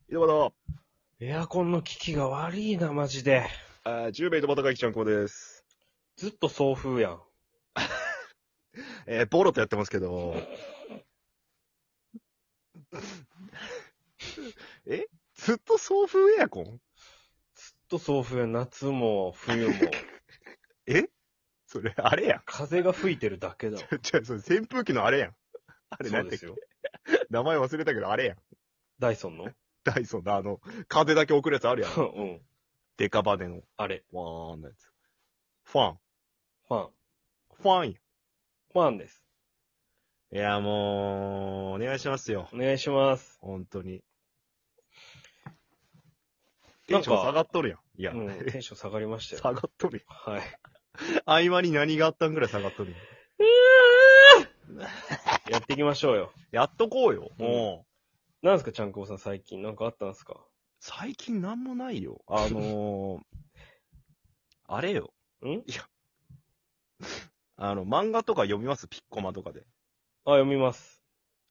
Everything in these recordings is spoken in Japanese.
井戸端。 エアコンの効きが悪いな、マジで。 10名井戸端会議ちゃんこです。 ずっと送風やん。 ボロとやってますけど。ずっと送風エアコン？ ずっと送風やん、夏も冬も。 それ、あれやん。 風が吹いてるだけだわ。 それ扇風機のあれやん。あれそうですよ。 名前忘れたけど、あれやん。 ダイソンのダイソンだ、風だけ送るやつあるやん。 うん。 デカバネの。 あれ。 ワーンのやつ。ファン。 ファン。 ファンや。 ファンです。 いや、もう、お願いしますよ。 お願いします。 本当に。 なんかテンション下がっとるやん。いや、 テンション下がりましたよ。 下がっとるはい。 やん。合間に何があったんぐらい下がっとるやん。 やっていきましょうよ。 やっとこうよ。 うんもう。 なんすか、ちゃんこさん最近。なんかあったんすか？ 最近なんもないよ。あれよ。 ん漫画とか読みます？ピッコマとかで。 読みます。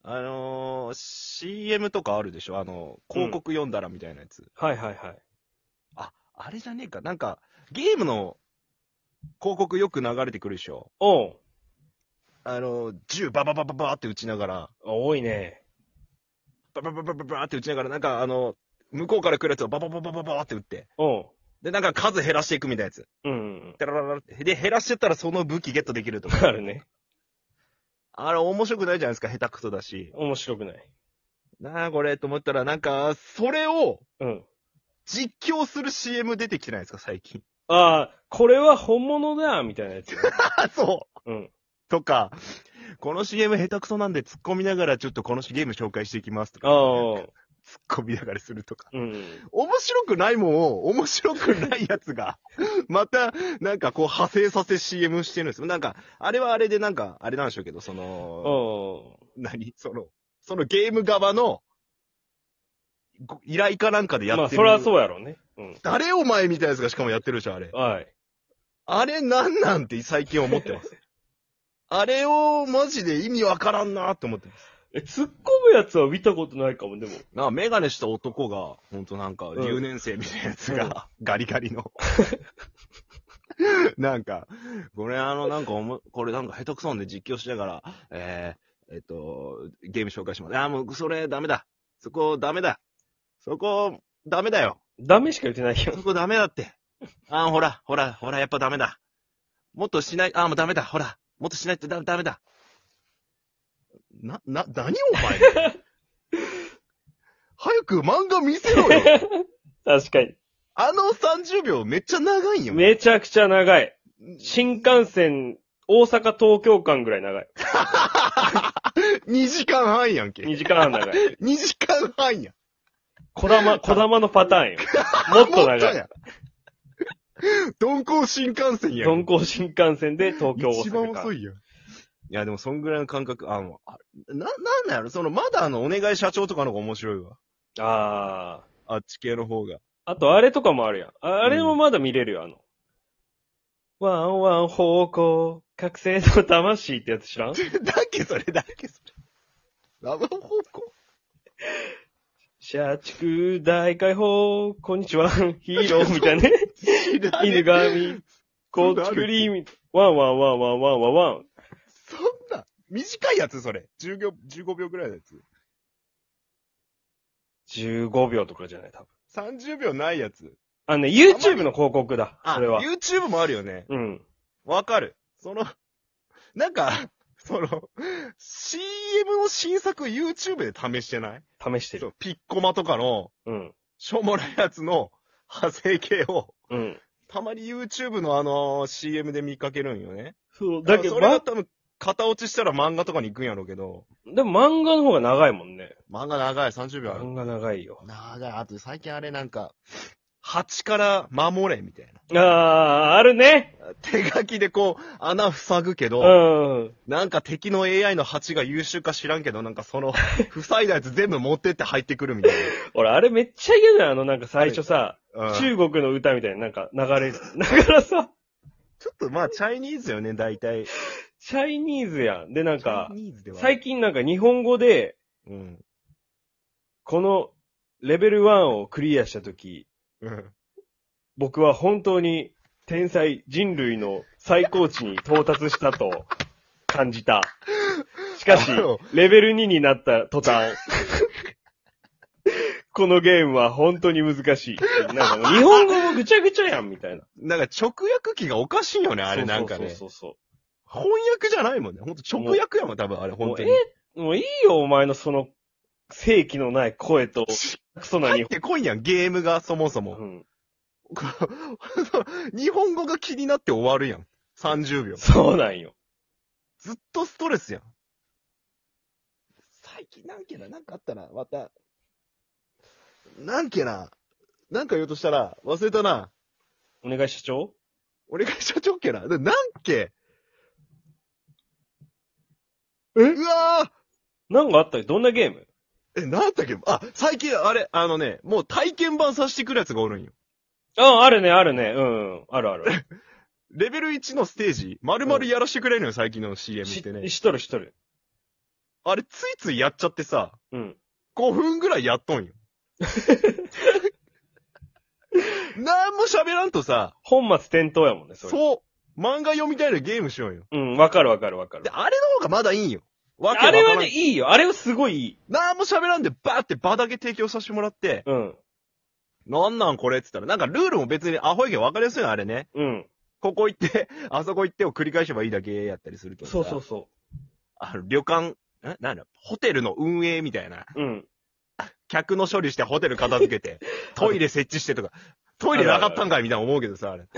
CM とかあるでしょ？広告読んだらみたいなやつ。 はいはいはい。 あれじゃねえか。なんか、ゲームの広告よく流れてくるでしょ？ おう。 銃バババババーって撃ちながら、 多いね。 ババババババーって撃ちながら、なんか向こうから来るやつをババババババーって撃って、 おう。 で、なんか数減らしていくみたいなやつ。 うん。 テラララってで、減らしてったらその武器ゲットできるとか。 あるね。 あれ面白くないじゃないですか、下手くそだし。 面白くない。 なあ、これ、と思ったら、なんか、それを、 うん。 実況する CM 出てきてないですか、最近。 これは本物だみたいなやつ。 そうん。 う。とか、この CM 下手くそなんで突っ込みながらちょっとこのゲーム紹介していきますとか。突っ込みながらするとか。 うん。 面白くないもんを、面白くないやつが、また、なんかこう派生させ CM してるんですよ。なんか、あれはあれでなんか、あれなんでしょうけど、そのゲーム側の、依頼かなんかでやってる。 そりゃそうやろね。うん。 誰お前みたいなやつがしかもやってるでしょ、あれ。 はい。 あれなんなんて最近思ってます。あれをマジで意味わからんなって思ってます。 突っ込むやつは見たことないかも、でも。 メガネした男が、ほんとなんか、留年生みたいなやつが、ガリガリの。なんか、これなんかこれなんか下手くそなんで実況しながら、ゲーム紹介します。もう、それダメだ。そこダメだ。そこ、ダメだよ。 ダメしか言ってないよ。 そこダメだって。ほら、やっぱダメだ。もっとしない、もうダメだ。ほら、もっとしないってダメだ。何お前。早く漫画見せろよ。 確かに。 30秒めっちゃ長いんよ。 めちゃくちゃ長い。新幹線、大阪東京間ぐらい長い。 2時間半やんけ。 2時間半長い。 2時間半やん。 小玉のパターンよ。もっと長い。 鈍行新幹線やん。 鈍行新幹線で東京大阪間。 一番遅いやん。いや、でもそんぐらいの感覚、なんなんやろ、まだお願い社長とかの方が面白いわ。あっち系の方が。 あと、あれとかもあるやん。あれもまだ見れるよ、ワンワン方向、覚醒の魂ってやつ知らん？ それ。ラブ方向。 社畜大解放、こんにちは、ヒーローみたいなね。犬神、こっちクリーム、ワンワンワンワンワンワンワン。 そんな、短いやつそれ。15秒ぐらいのやつ。 15秒とかじゃない、多分。 30秒ないやつ。 YouTube の広告だ。それは。 YouTube もあるよね。 うん。 わかる。なんか、CM の新作 YouTube で試してない？ 試してる。 ピッコマとかの、 うん。 しょうもないやつの派生系を、 うん。 たまに YouTube のCM で見かけるんよね。 そう、だけど、 それは多分、型落ちしたら漫画とかに行くんやろうけど。 でも漫画の方が長いもんね。 漫画長い、30秒ある。 漫画長いよ。 長い。あと最近あれなんか、蜂から守れみたいな。 あるね。 手書きでこう、穴塞ぐけど、 うん。 なんか敵の AI の蜂が優秀か知らんけど、なんか塞いだやつ全部持ってって入ってくるみたいな。 俺、あれめっちゃ嫌だよ。なんか最初さ、 うん、 中国の歌みたいな、なんか流れながらさ。 ちょっとまあ、チャイニーズよね、大体。 チャイニーズやん。で、なんか、 最近なんか日本語で、 このレベル1をクリアしたとき、僕は本当に天才人類の最高値に到達したと感じた。しかし、レベル2になった途端、このゲームは本当に難しい。なんか日本語もぐちゃぐちゃやん、みたいな。 なんか直訳機がおかしいよね、あれなんかね。 そう。 翻訳じゃないもんね。ほんと直訳やもん、多分あれ、本当に。 もういいよ、お前のその、正気のない声と、クソな入ってこいやん、ゲームがそもそも。 うん。 日本語が気になって終わるやん。30秒。 そうなんよ。 ずっとストレスやん。最近なんかあったな、また。なんか言おうとしたら、忘れたな。 お願い社長俺が社長っけな。うわぁなんかあったよ。どんなゲーム？ なんだっけ最近、あれ、もう体験版させてくるやつがおるんよ。 あるね。うん。ある。 レベル1のステージ、丸々やらしてくれるのよ、最近の CM ってね。 しとる。 あれ、ついついやっちゃってさ、 うん。 5分ぐらいやっとんよ。なんも喋らんとさ、 本末転倒やもんね、それ。 そう、漫画読みたいでゲームしようよ。 うん、わかる。 で、あれの方がまだいいんよ。 あれはね、いいよ。あれはすごいいい。 なんも喋らんでバーって場だけ提供させてもらって、 うん。 なんこれって言ったら、なんかルールも別にアホいけど分かりやすいのあれね。 うん。 ここ行って、あそこ行ってを繰り返せばいいだけやったりするけどさ。 そう。 旅館、ホテルの運営みたいな。 うん。 客の処理してホテル片付けて、トイレ設置してとか、トイレなかったんかいみたいな思うけどさ、あれ。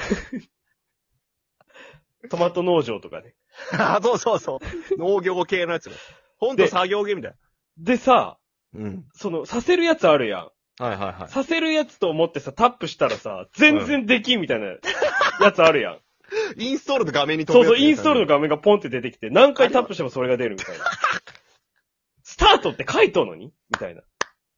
トマト農場とかね。 そう。農業系のやつが。ほんと作業系みたいな。 でさ、 うん。 させるやつあるやん。 はい。 させるやつと思ってさ、タップしたらさ、全然できんみたいなやつあるやん。 インストールの画面に飛ぶやつ、 インストールの画面がポンって出てきて、何回タップしてもそれが出るみたいな。スタートって書いとんのにみたいな。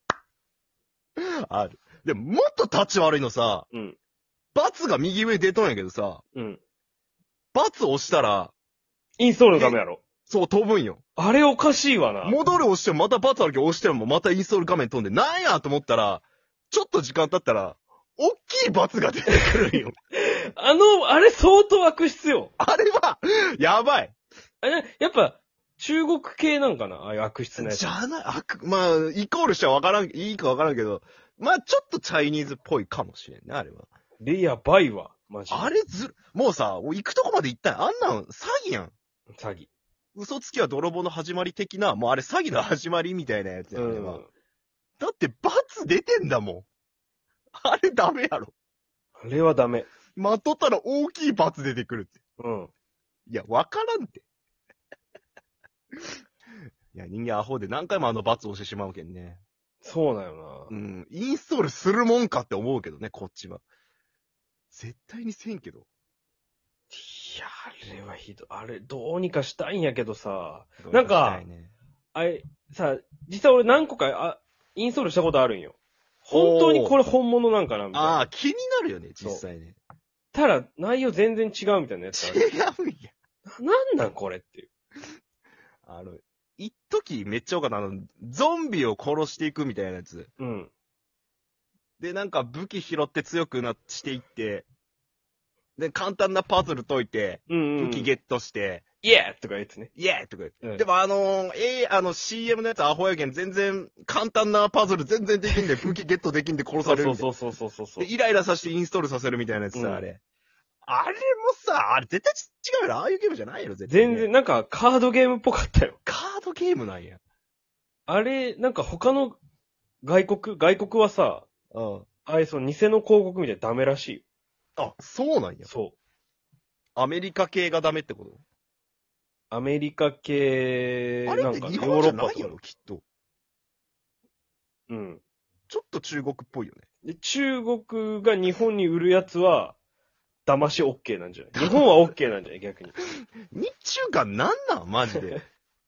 ある。でも、もっとタッチ悪いのさ、 うん。 ×が右上に出とんやけどさ、 うん。 ×押したら、 インストールの画面やろ。 そう、飛ぶんよ。 あれおかしいわな。 戻る押してもまた×あるけど押してもまたインストール画面飛んで、なんやと思ったら、ちょっと時間経ったら、おっきい×が出てくるんよ。 あれ相当悪質よ。 あれは、やばい。 やっぱ、中国系なんかなああいう悪質なやつ。 じゃない、まあ、イコールしてはわからん、いいかわからんけど、まあ、ちょっとチャイニーズっぽいかもしれんね、あれは。 やばいわ。マジで。 あれもうさ、行くとこまで行ったんや。あんなん、詐欺やん。 詐欺。 嘘つきは泥棒の始まり的な、もうあれ詐欺の始まりみたいなやつやん、あれは。だって、×出てんだもん。あれダメやろ。 あれはダメ。 待っとったら大きい×出てくるって。 うん。 いや、わからんって。いや、人間アホで何回も×押してしまうけんね。 そうだよな。うん。インストールするもんかって思うけどね、こっちは。絶対にせんけど。 いや、あれはひどい。あれ、どうにかしたいんやけどさ。なんか、さ、実際俺何個か、インストールしたことあるんよ。本当にこれ本物なんかなみたいな。 ああ、気になるよね、実際ね。 ただ、内容全然違うみたいなやつある。 違うんや。 なんなんこれっていう。 一時めっちゃ多かった。ゾンビを殺していくみたいなやつ。 うん。 で、なんか武器拾って強くしていって、で、簡単なパズル解いて、武器ゲットして、 イエーとか言ってね。 イエーとか言って。でもCM のやつアホやけん、全然、簡単なパズル全然できんで、武器ゲットできんで殺される。 そう。 で、イライラさせてインストールさせるみたいなやつさ、あれ。あれもさ、あれ絶対違うよ。ああいうゲームじゃないよ、絶対。 全然、なんかカードゲームっぽかったよ。 カードゲームなんや。 あれ、なんか他の外国はさ、 うん。 あれ、偽の広告みたいなダメらしいよ。 あ、そうなんや。 そう。 アメリカ系がダメってこと？ アメリカ系、 あれって日本じゃないやろ、きっと。 うん。 ちょっと中国っぽいよね。 で、中国が日本に売るやつは、騙し OK なんじゃない？日本は OK なんじゃない逆に。 日中間なんマジで。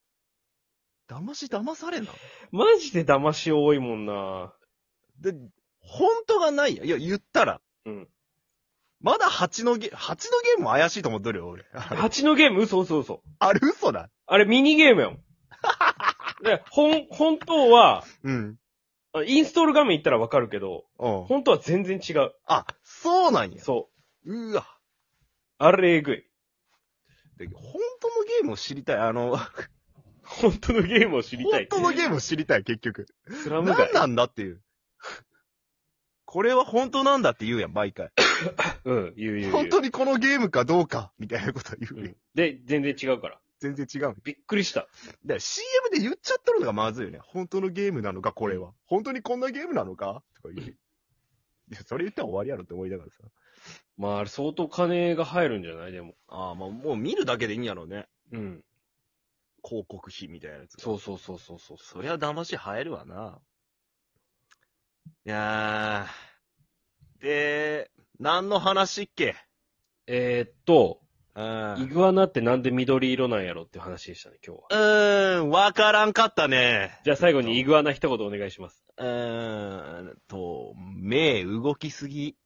騙されな。 マジで騙し多いもんな。 で、本当がないや。いや、言ったら。 うん。 まだ蜂のゲームも怪しいと思っとるよ、俺。 蜂のゲーム嘘。 あれ嘘だ。 あれミニゲームやん。で、本当は、 うん。 インストール画面行ったらわかるけど、 うん。 本当は全然違う。 あ、そうなんや。 そう。 うわ。 あれえぐい。 で本当のゲームを知りたい。 本当のゲームを知りたい。 本当のゲームを知りたい、結局。 スラム街何。なんだっていう。これは本当なんだって言うやん、毎回。 うん、言う。 本当にこのゲームかどうか、みたいなこと言うやん。 で、全然違うから。 全然違う。 びっくりした。 だから CM で言っちゃっとるのがまずいよね。本当のゲームなのか、これは。本当にこんなゲームなのかとか言う。いや、それ言ったら終わりやろって思いながらさ。 まあ、あれ相当金が入るんじゃないでも。 ああ、まあもう見るだけでいいんやろうね。 うん。 広告費みたいなやつ。 そう。そりゃ騙し入るわな。いやー。で、何の話っけイグアナってなんで緑色なんやろっていう話でしたね、今日は。 わからんかったね。 じゃあ最後にイグアナ一言お願いします。 目動きすぎ。